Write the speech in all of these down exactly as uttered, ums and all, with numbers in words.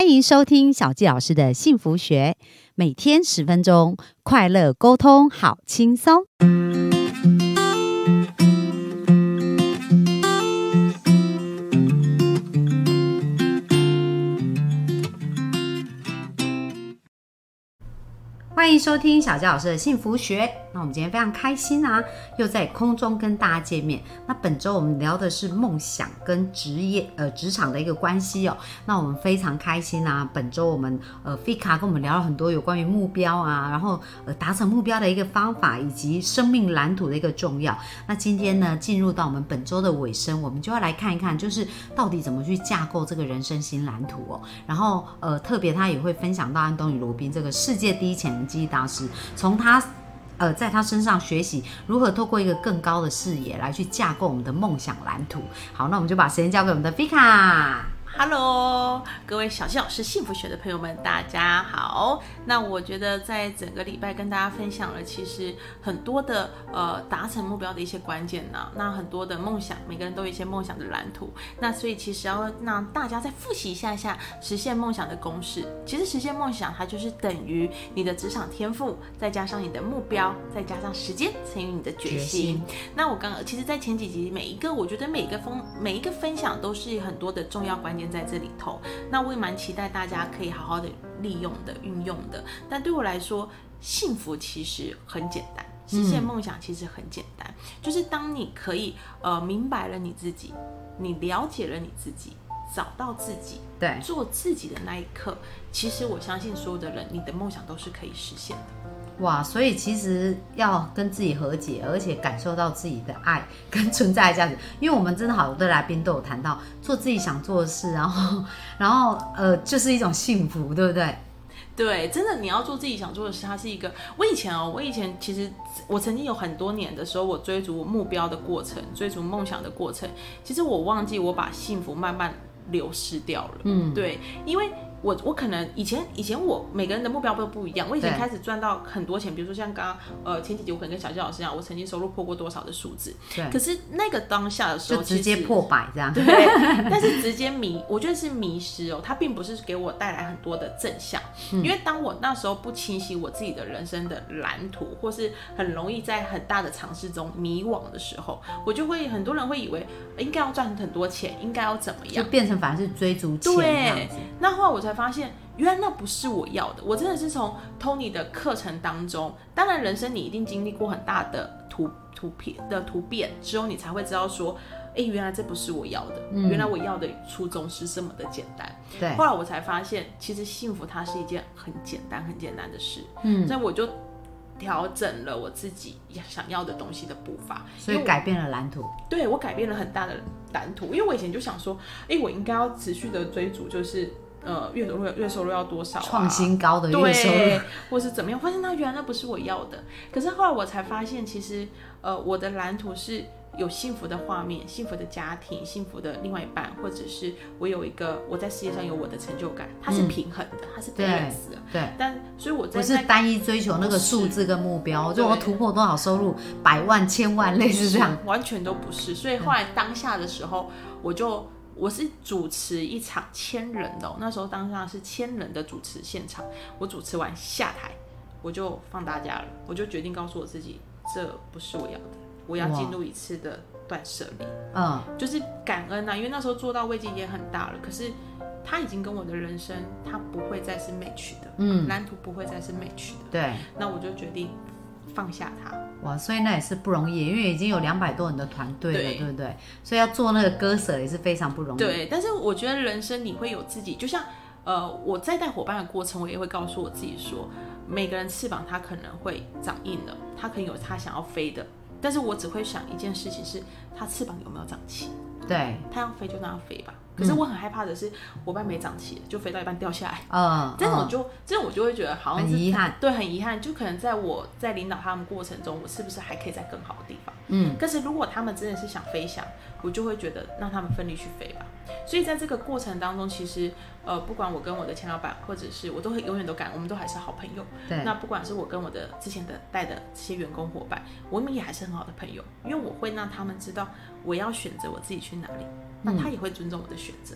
欢迎收听小纪老师的幸福学，每天十分钟，快乐沟通，好轻松。欢迎收听小纪老师的幸福学。那我们今天非常开心啊，又在空中跟大家见面。那本周我们聊的是梦想跟职业呃职场的一个关系哦。那我们非常开心啊，本周我们呃 Fika 跟我们聊了很多有关于目标啊，然后呃达成目标的一个方法，以及生命蓝图的一个重要。那今天呢，进入到我们本周的尾声，我们就要来看一看，就是到底怎么去架构这个人生新蓝图哦。然后呃特别他也会分享到安东尼罗宾这个世界第一潜能记忆大师，从他呃，在他身上学习如何透过一个更高的视野来去架构我们的梦想蓝图。好，那我们就把时间交给我们的 Fika。Hello， 各位小纪老师幸福学的朋友们，大家好。那我觉得在整个礼拜跟大家分享了，其实很多的呃达成目标的一些关键呢。那很多的梦想，每个人都有一些梦想的蓝图。那所以其实要让大家再复习一下下实现梦想的公式。其实实现梦想，它就是等于你的职场天赋，再加上你的目标，再加上时间乘以你的决心。决心那我刚其实，在前几集每一个，我觉得每一个分每一个分享都是很多的重要关键在这里头。那我也蛮期待大家可以好好的利用的运用的。但对我来说，幸福其实很简单，实现梦想其实很简单，嗯、就是当你可以呃明白了你自己，你了解了你自己，找到自己， 对， 做自己的那一刻，其实我相信所有的人，你的梦想都是可以实现的。 哇，所以其实要跟自己和解，而且感受到自己的爱跟存在的价值。因为我们真的好多的来宾都有谈到做自己想做的事，然后然后呃就是一种幸福，对不对？ 对，真的你要做自己想做的事，它是一个。我以前哦，我以前其实我曾经有很多年的时候，我追逐目标的过程，追逐梦想的过程，其实我忘记我把幸福慢慢流失掉了。嗯，对，因为。我我可能以前以前我每个人的目标都不一样。我以前开始赚到很多钱，比如说像刚刚呃前几集我可能跟小纪老师讲，我曾经收入破过多少的数字。 对。 可是那个当下的时候， 就直接破百这样。 对。但是直接迷，我觉得是迷失哦，它并不是给我带来很多的正向。嗯、因为当我那时候不清晰我自己的人生的蓝图，或是很容易在很大的尝试中迷惘的时候，我就会很多人会以为应该要赚很多钱，应该要怎么样， 就变成反而是追逐钱这样子。 对。那后来我才发现。原来那不是我要的，我真的是从 Tony 的课程当中，当然人生你一定经历过很大的突突变的突变之后，你才会知道说，哎，原来这不是我要的，嗯、原来我要的初衷是这么的简单。 对， 后来我才发现，其实幸福它是一件很简单很简单的事，嗯，所以我就调整了我自己想要的东西的步伐， 所以改变了蓝图。 对，我改变了很大的蓝图，因为我以前就想说，哎，我应该要持续的追逐，就是。呃，月收入月收入要多少、啊？ 创新高的月收入， 对，或是怎么样？发现那原来那不是我要的。可是后来我才发现，其实呃，我的蓝图是有幸福的画面、幸福的家庭、幸福的另外一半，或者是我有一个我在世界上有我的成就感，它是平衡的，它是 balance 的。 对。 但所以我在、 那個、不是单一追求那个数字跟目标，就我突破多少收入，百万、千万，类似这样， 完全都不是。所以后来当下的时候，我就。我是主持一场千人的、哦，那时候当下是千人的主持现场。我主持完下台，我就放大家了，我就决定告诉我自己，这不是我要的，我要进入一次的断舍离。嗯，就是感恩啊，因为那时候做到位阶也很大了，可是他已经跟我的人生，他不会再是 match 的，嗯，蓝图不会再是 match 的。 对， 那我就决定放下它。 哇，所以那也是不容易，因为已经有两百多人的团队了， 对, 对不对？所以要做那个割舍也是非常不容易。 对，但是我觉得人生你会有自己，就像呃我在带伙伴的过程，我也会告诉我自己说，每个人翅膀他可能会长硬了，他可能有他想要飞的，但是我只会想一件事情是，他翅膀有没有长齐？ 对， 他要飞就让他飞吧。可是我很害怕的是，伙伴没长齐，就飞到一半掉下来。 嗯， 这种就这种我就会觉得好像是很遗憾， 对，很遗憾。就可能在我在领导他们过程中，我是不是还可以在更好的地方？ 嗯， 可是如果他们真的是想飞翔，我就会觉得让他们奋力去飞吧。所以在这个过程当中，其实呃，不管我跟我的前老板，或者是我都会永远都感，我们都还是好朋友。 对。 那不管是我跟我的之前的带的这些员工伙伴，我们也还是很好的朋友，因为我会让他们知道我要选择我自己去哪里，那他也会尊重我的选择。嗯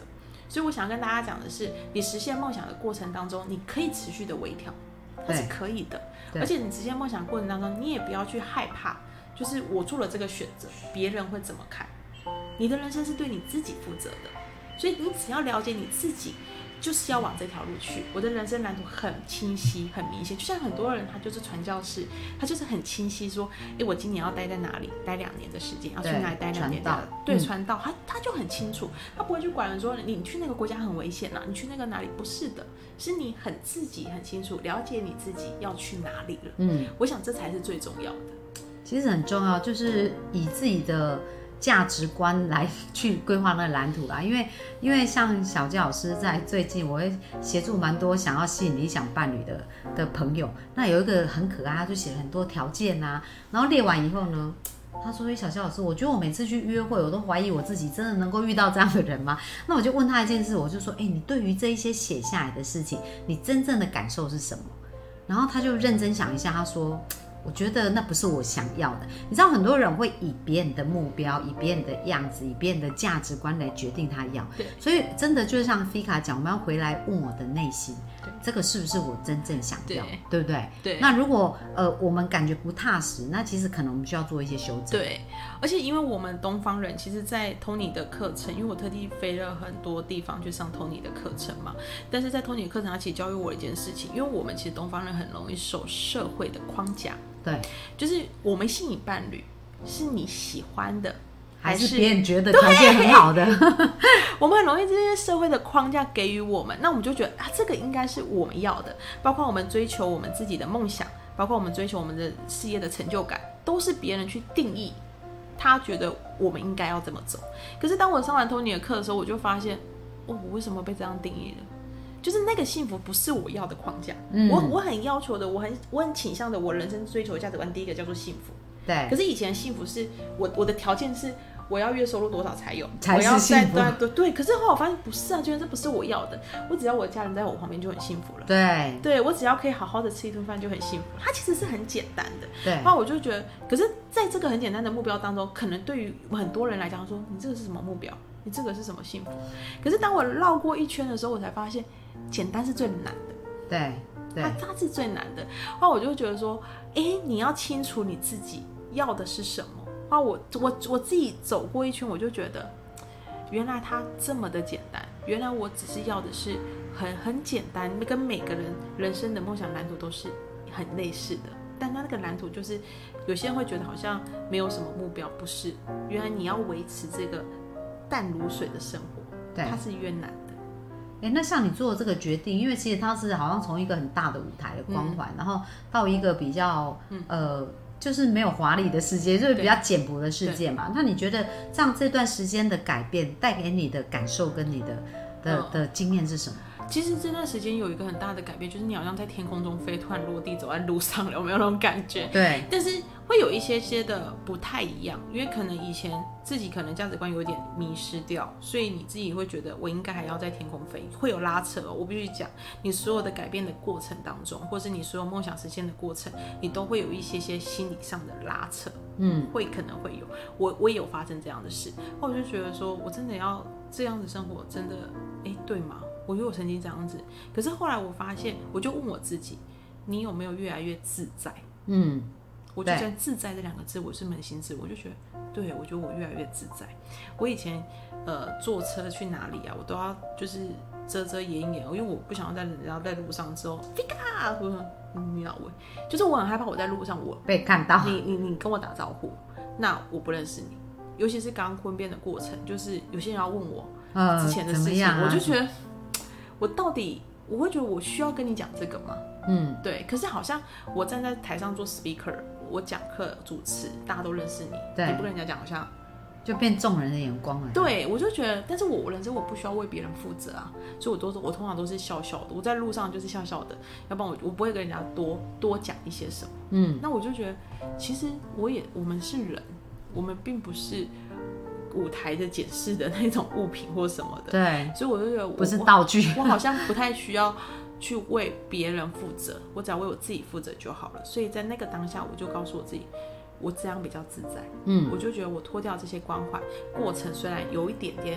所以我想跟大家讲的是，你实现梦想的过程当中，你可以持续的微调，它是可以的。而且你实现梦想的过程当中，你也不要去害怕，就是我做了这个选择，别人会怎么看？你的人生是对你自己负责的，所以你只要了解你自己，就是要往这条路去。我的人生蓝图很清晰、很明显，就像很多人他就是传教士，他就是很清晰说，哎，我今年要待在哪里，待两年的时间，要去哪里待两年的，对，传道，他他就很清楚，他不会去管人说你去那个国家很危险啊，你去那个哪里，不是的，是你很自己很清楚，了解你自己要去哪里了。嗯，我想这才是最重要的。 其实很重要，就是以自己的价值观来去规划那个蓝图啦，因为因为像小纪老师在最近，我会协助蛮多想要吸引理想伴侣的的朋友。那有一个很可爱，他就写了很多条件啊，然后列完以后呢，他说：“小纪老师，我觉得我每次去约会，我都怀疑我自己真的能够遇到这样的人吗？”那我就问他一件事，我就说：“哎，你对于这一些写下来的事情，你真正的感受是什么？”然后他就认真想一下，他说：“我觉得那不是我想要的。”你知道很多人会以别人的目标，以别人的样子，以别人的价值观来决定他要。所以真的就像菲卡讲，我们要回来问我的内心，这个是不是我真正想要， 对, 对不对？对。那如果呃我们感觉不踏实，那其实可能我们需要做一些修正。 对，而且因为我们东方人，其实在 Tony 的课程，因为我特地飞了很多地方去上 Tony 的课程嘛，但是在 Tony 的课程，他其实教育我一件事情，因为我们其实东方人很容易受社会的框架。 对， 就是我们吸引伴侣是你喜欢的， 还是别人觉得条件很好的？ 我们很容易这些社会的框架给予我们，那我们就觉得啊，这个应该是我们要的。包括我们追求我们自己的梦想，包括我们追求我们的事业的成就感，都是别人去定义，他觉得我们应该要这么走。可是当我上完 Tony 的课的时候，我就发现，哦，我为什么被这样定义了？就是那个幸福不是我要的框架，嗯、我我很要求的，我很我很倾向的，我人生追求的价值观，第一个叫做幸福。 对。 可是以前的幸福是我我的条件是我要月收入多少才有， 才是幸福。 我要对对。可是后来我发现不是啊，居然这不是我要的。我只要我的家人在我旁边就很幸福了。 对。 对，我只要可以好好的吃一顿饭就很幸福。它其实是很简单的。 对。 那我就觉得，可是在这个很简单的目标当中，可能对于很多人来讲说，你这个是什么目标？你这个是什么幸福？可是当我绕过一圈的时候，我才发现，简单是最难的。 对，对， 它它是最难的。然后我就觉得说，哎，你要清楚你自己要的是什么。然后我我我自己走过一圈，我就觉得，原来它这么的简单。原来我只是要的是很很简单，跟每个人人生的梦想蓝图都是很类似的。但他那个蓝图就是，有些人会觉得好像没有什么目标，不是？原来你要维持这个淡如水的生活，它是越难的。 哎，那像你做的这个决定，因为其实它是好像从一个很大的舞台的光环，嗯、然后到一个比较、嗯、呃，就是没有华丽的世界，就是比较简朴的世界嘛。那你觉得这样这段时间的改变带给你的感受跟你的的、嗯、的经验是什么？ 其实这段时间有一个很大的改变，就是你好像在天空中飞，突然落地走在路上了，有没有那种感觉？ 对。 但是会有一些些的不太一样，因为可能以前自己可能价值观有点迷失掉，所以你自己会觉得我应该还要在天空飞，会有拉扯、哦。我必须讲，你所有的改变的过程当中，或是你所有梦想实现的过程，你都会有一些些心理上的拉扯。嗯，会可能会有，我我也有发生这样的事，我就觉得说我真的要这样的生活，真的，哎，对吗？我觉得我曾经这样子，可是后来我发现，我就问我自己，你有没有越来越自在？嗯，我就觉得自在这两个字，我是扪心自问，我就觉得，对，我觉得我越来越自在。我以前呃坐车去哪里啊，我都要就是遮遮掩掩，因为我不想要在人家在路上之后，飞嘎，或者你老喂，就是我很害怕我在路上我被看到， 你你你跟我打招呼，那我不认识你，尤其是刚婚变的过程，就是有些人要问我之前的事情，呃啊、我就觉得。我到底我会觉得我需要跟你讲这个吗？嗯，对。可是好像我站在台上做 speaker， 我讲课主持，大家都认识你，你不跟人家讲，好像就变众人的眼光了。 对，我就觉得，但是我人生我不需要为别人负责啊，所以我都我通常都是笑笑的，我在路上就是笑笑的，要不然我我不会跟人家多多讲一些什么。嗯，那我就觉得，其实我也我们是人，我们并不是。舞台的检视的那种物品或什么的， 对， 所以我就觉得我不是道具， 我, 我好像不太需要去为别人负责，我只要为我自己负责就好了。所以在那个当下，我就告诉我自己，我这样比较自在。嗯，我就觉得我脱掉这些关怀，过程虽然有一点点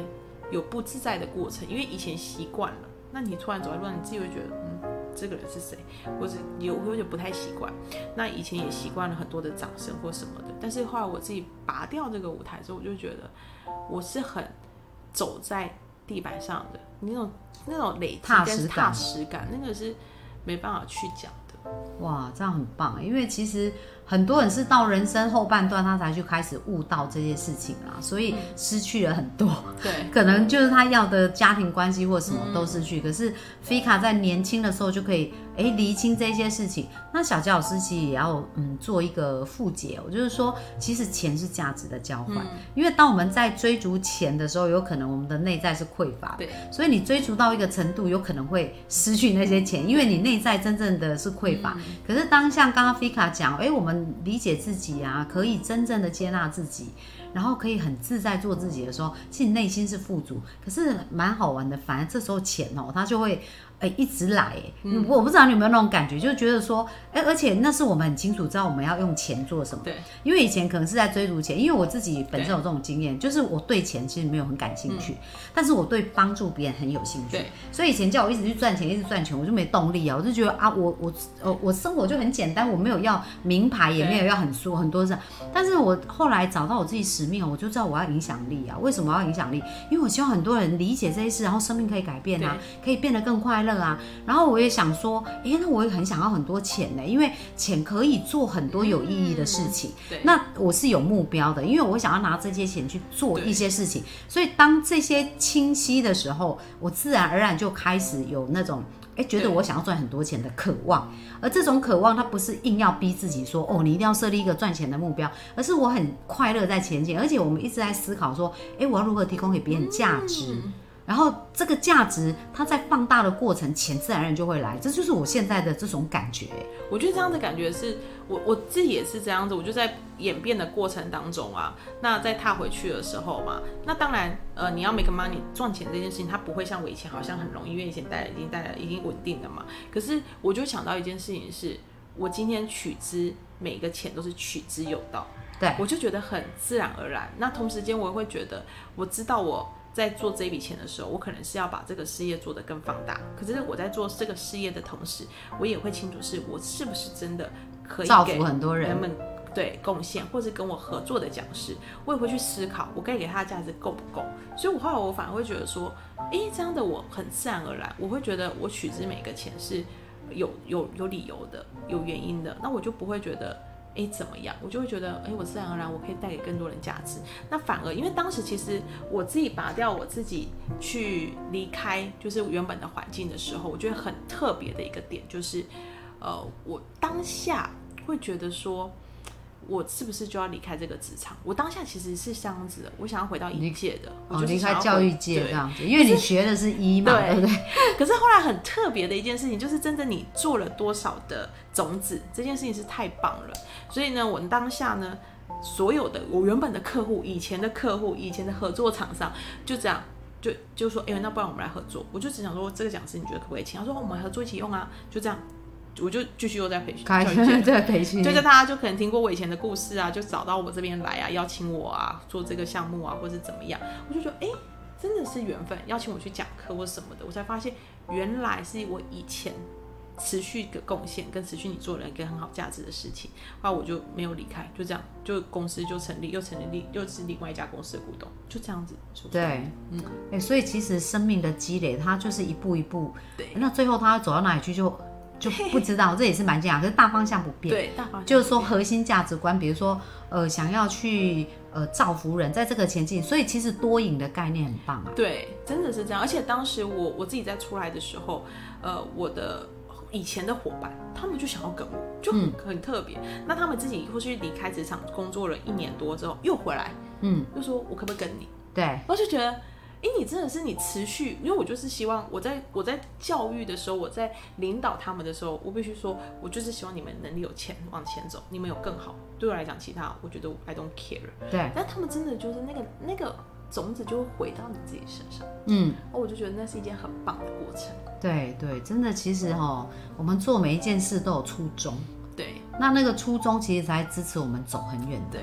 有不自在的过程，因为以前习惯了，那你突然走在路上，你自己会觉得，嗯，这个人是谁，或者有有点不太习惯。那以前也习惯了很多的掌声或什么的，但是后来我自己拔掉这个舞台之后，我就觉得我是很走在地板上的那种那种累积踏实感， 踏实感，那个是没办法去讲的。 哇，这样很棒，因为其实很多人是到人生后半段他才去开始悟到这些事情啊，所以失去了很多， 对， 可能就是他要的家庭关系或什么都失去。嗯、可是 Fika 在年轻的时候就可以哎厘清这些事情。那小佳老师其实也要嗯做一个复解，我就是说，其实钱是价值的交换，嗯、因为当我们在追逐钱的时候，有可能我们的内在是匮乏的， 对， 所以你追逐到一个程度，有可能会失去那些钱，因为你内在真正的是匮乏。嗯、可是当像刚刚 Fika 讲，哎，我们理解自己啊，可以真正的接纳自己，然后可以很自在做自己的时候，其实内心是富足。可是蛮好玩的，反而这时候钱哦，它就会哎一直来哎、嗯，我不知道你有没有那种感觉，就觉得说，哎，而且那是我们很清楚知道我们要用钱做什么。 对， 因为以前可能是在追逐钱，因为我自己本身有这种经验，就是我对钱其实没有很感兴趣，嗯、但是我对帮助别人很有兴趣。 对， 所以以前叫我一直去赚钱，一直赚钱，我就没动力啊，我就觉得啊，我我呃我生活就很简单，我没有要名牌，也没有要很说很多事。但是我后来找到我自己使命，我就知道我要影响力啊。为什么要影响力？因为我希望很多人理解这些事，然后生命可以改变啊，可以变得更快乐啊。然后我也想说，哎，那我也很想要很多钱呢，因为钱可以做很多有意义的事情。嗯、那我是有目标的，因为我想要拿这些钱去做一些事情。所以当这些清晰的时候，我自然而然就开始有那种。哎，觉得我想要赚很多钱的渴望，而这种渴望，它不是硬要逼自己说，哦，你一定要设立一个赚钱的目标，而是我很快乐在前进，而且我们一直在思考说，哎，我要如何提供给别人价值，嗯、然后这个价值它在放大的过程，钱自然而然就会来，这就是我现在的这种感觉。 我觉得这样的感觉是我我自己也是这样子，我就在演变的过程当中啊，那在踏回去的时候嘛，那当然，呃，你要 make money 赚钱这件事情，它不会像我以前好像很容易，因为以前带来已经带来已经稳定的嘛。可是我就想到一件事情是，我今天取之每一个钱都是取之有道， 对， 我就觉得很自然而然。那同时间我也会觉得，我知道我在做这笔钱的时候，我可能是要把这个事业做得更放大。可是我在做这个事业的同时，我也会清楚是我是不是真的可以造福很多人们。对贡献，或是跟我合作的讲师，我也会去思考，我该给他的价值够不够。所以我后来我反而会觉得说，哎，这样的我很自然而然，我会觉得我取之每个钱是有有有理由的，有原因的，那我就不会觉得哎怎么样，我就会觉得哎我自然而然我可以带给更多人价值。那反而因为当时其实我自己拔掉我自己去离开就是原本的环境的时候，我觉得很特别的一个点就是，呃，我当下会觉得说。我是不是就要离开这个职场？我当下其实是这样子的，我想要回到医界的， 哦，离开教育界这样子，因为你学的是医嘛，对不对？ 可是后来很特别的一件事情，就是真正你做了多少的种子，这件事情是太棒了。所以呢，我当下呢，所有的我原本的客户、以前的客户、以前的合作厂商，就这样就就说，哎，那不然我们来合作。我就只想说，这个讲师你觉得可不可以请？他说我们合作一起用啊，就这样。我就继续又在培训， 开对培训， 就是大家就可能听过我以前的故事啊，就找到我这边来啊，邀请我啊做这个项目啊，或者怎么样，我就觉得哎，真的是缘分，邀请我去讲课或什么的，我才发现原来是我以前持续的贡献跟持续你做人跟很好价值的事情，后来我就没有离开，就这样，就公司就成立，又成立又是另外一家公司的股东，就这样子。 对，嗯，哎，所以其实生命的积累，它就是一步一步，对，那最后它走到哪里去就。就不知道，这也是蛮惊讶，可是大方向不变。 对，大方向就是说核心价值观，比如说呃，想要去呃造福人，在这个前进，所以其实多赢的概念很棒啊。 对，真的是这样。而且当时我我自己在出来的时候，呃，我的以前的伙伴，他们就想要跟我，就很、嗯、很特别。那他们自己或是离开职场工作了一年多之后，又回来，嗯，就说我可不可以跟你？ 对， 我就觉得。哎，你真的是你持续，因为我就是希望我在我在教育的时候，我在领导他们的时候，我必须说，我就是希望你们能力有前往前走，你们有更好。对我来讲，其他我觉得 I don't care。 对， 但他们真的就是那个那个种子就会回到你自己身上。 嗯， 我就觉得那是一件很棒的过程。 对对，真的，其实哦，我们做每一件事都有初衷。 对， 那那个初衷其实才支持我们走很远的。 对。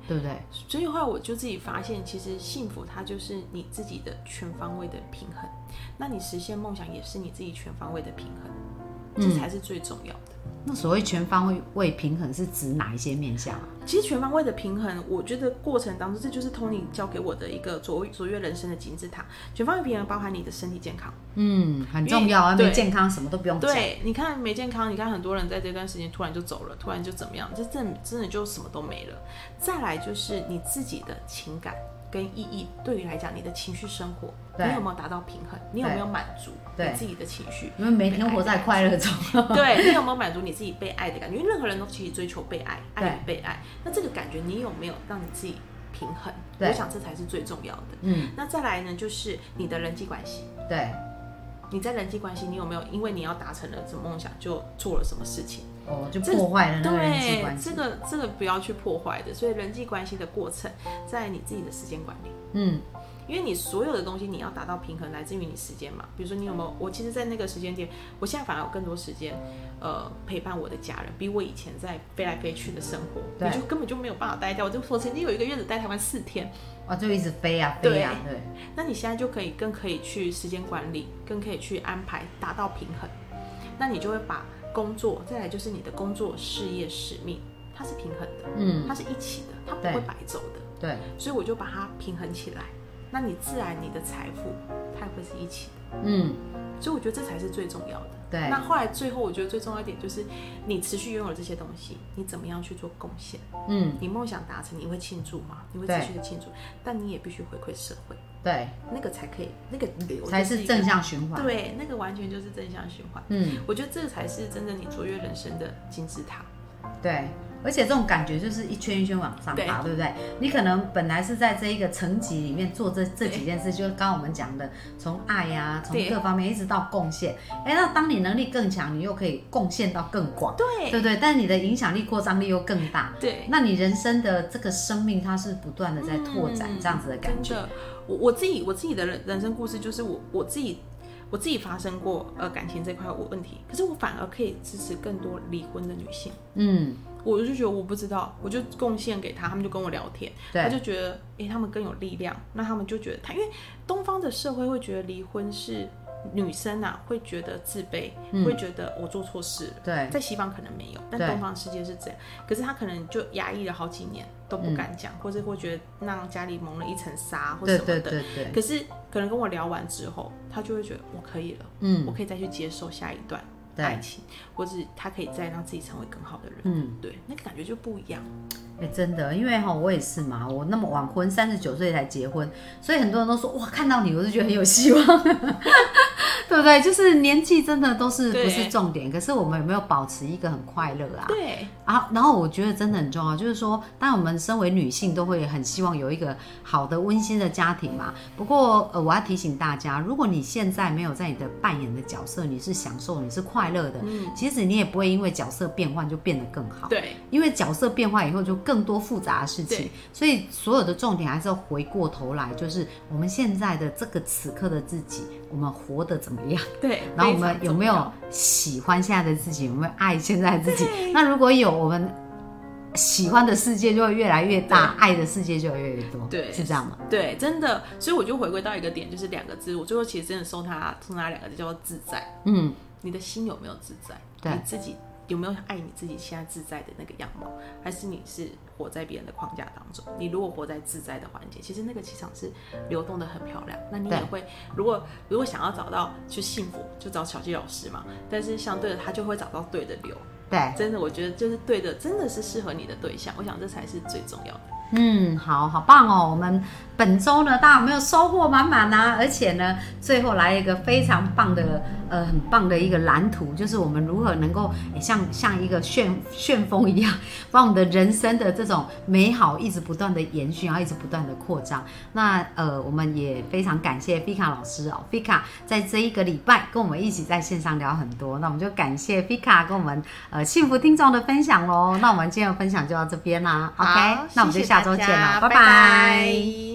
对不对？ 所以后来我就自己发现，其实幸福它就是你自己的全方位的平衡，那你实现梦想也是你自己全方位的平衡，这才是最重要的。 嗯，那所谓全方位平衡是指哪一些面向啊？ 其实全方位的平衡，我觉得过程当中，这就是 Tony 教给我的一个卓卓越人生的金字塔。全方位平衡包含你的身体健康， 嗯，很重要啊，没健康什么都不用讲。 对，你看没健康，你看很多人在这段时间突然就走了，突然就怎么样，这真真的就什么都没了。再来就是你自己的情感跟意义，对于来讲，你的情绪生活，你有没有达到平衡？你有没有满足你自己的情绪？ 因为每天活在快乐中。 对，你有没有满足你自己被爱的感觉？因为任何人都其实追求被爱，爱与被爱。那这个感觉，你有没有让你自己平衡？我想这才是最重要的。嗯，那再来呢，就是你的人际关系。 对。 你在人际关系，你有没有因为你要达成了什么梦想，就做了什么事情？ 哦，就破坏了那个人际关系。 对，这个这个不要去破坏的。所以人际关系的过程，在你自己的时间管理。嗯，因为你所有的东西你要达到平衡，来自于你时间嘛。比如说你有没有？我其实，在那个时间点，我现在反而有更多时间，呃，陪伴我的家人，比我以前在飞来飞去的生活，你就根本就没有办法待掉。我就我曾经有一个月只待台湾四天。 哦，就一直飞啊飞啊，对。 那你现在就可以更可以去时间管理，更可以去安排，达到平衡。那你就会把工作，再来就是你的工作、事业、使命，它是平衡的，嗯，它是一起的，它不会白走的， 对。 所以我就把它平衡起来，那你自然你的财富它也会是一起的， 嗯。 所以我觉得这才是最重要的。 对。 那后来最后我觉得最重要一点就是你持续拥有这些东西，你怎么样去做贡献？嗯，你梦想达成，你会庆祝吗？你会持续的庆祝，但你也必须回馈社会。 对， 那个才可以，那个流才是正向循环。 对，那个完全就是正向循环。嗯，我觉得这个才是真正你卓越人生的金字塔。 对。而且这种感觉就是一圈一圈往上爬， 对, 对不对？你可能本来是在这一个层级里面做这这几件事，就是刚刚我们讲的，从爱呀、啊，从各方面一直到贡献。哎，那当你能力更强，你又可以贡献到更广， 对对对。但你的影响力、扩张力又更大， 对。 那你人生的这个生命，它是不断的在拓展，嗯、这样子的感觉。 真的，我我自己我自己的人人生故事，就是我我自己。我自己发生过呃感情这块有问题，可是我反而可以支持更多离婚的女性。嗯，我就觉得我不知道，我就贡献给他，他们就跟我聊天，他就觉得哎、欸，他们更有力量。那他们就觉得他，因为东方的社会会觉得离婚是女生啊，会觉得自卑，嗯、会觉得我做错事了。 对， 在西方可能没有，但东方世界是这样。可是他可能就压抑了好几年都不敢讲，嗯、或者会觉得让家里蒙了一层纱或什么的。 对对对对。 可是可能跟我聊完之后，他就会觉得我可以了，嗯，我可以再去接受下一段爱情，或者他可以再让自己成为更好的人。嗯，对，那个感觉就不一样。 哎、欸，真的，因为哈，我也是嘛，我那么晚婚，三十九岁才结婚，所以很多人都说哇，看到你我就觉得很有希望，对不对？就是年纪真的都是不是重点，可是我们有没有保持一个很快乐啊？ 对。 啊，然后我觉得真的很重要，就是说，当然我们身为女性都会很希望有一个好的温馨的家庭嘛。不过呃，我要提醒大家，如果你现在没有在你的扮演的角色，你是享受，你是快乐的，嗯，其实你也不会因为角色变换就变得更好。 对。 因为角色变换以后就更多复杂的事情，所以所有的重点还是要回过头来，就是我们现在的这个此刻的自己，我们活得怎么样？ 对， 然后我们有没有喜欢现在的自己？有没有爱现在的自己？那如果有，我们喜欢的世界就会越来越大，爱的世界就会越来越多。 对， 是这样吗？ 对，真的。所以我就回归到一个点，就是两个字。我最后其实真的送他送他两个字，叫做自在。嗯，你的心有没有自在？ 对， 你自己有没有爱你自己现在自在的那个样貌？还是你是活在别人的框架当中？你如果活在自在的环节，其实那个气场是流动的很漂亮。那你也会，如果如果想要找到就幸福，就找小纪老师嘛。但是相对的，他就会找到对的流。 对， 真的，我觉得就是对的，真的是适合你的对象。我想这才是最重要的。 嗯，好好棒哦！我们本周呢，大家有没有收获满满啊？而且呢，最后来一个非常棒的，呃，很棒的一个蓝图，就是我们如何能够像像一个旋旋风一样，把我们的人生的这种美好一直不断的延续，然后一直不断的扩张。那呃，我们也非常感谢 Fika 老师哦 ，Fika 在这一个礼拜跟我们一起在线上聊很多，那我们就感谢 Fika 跟我们呃幸福听众的分享喽。那我们今天的分享就到这边啦 ，OK， 那我们就下周见了，拜拜。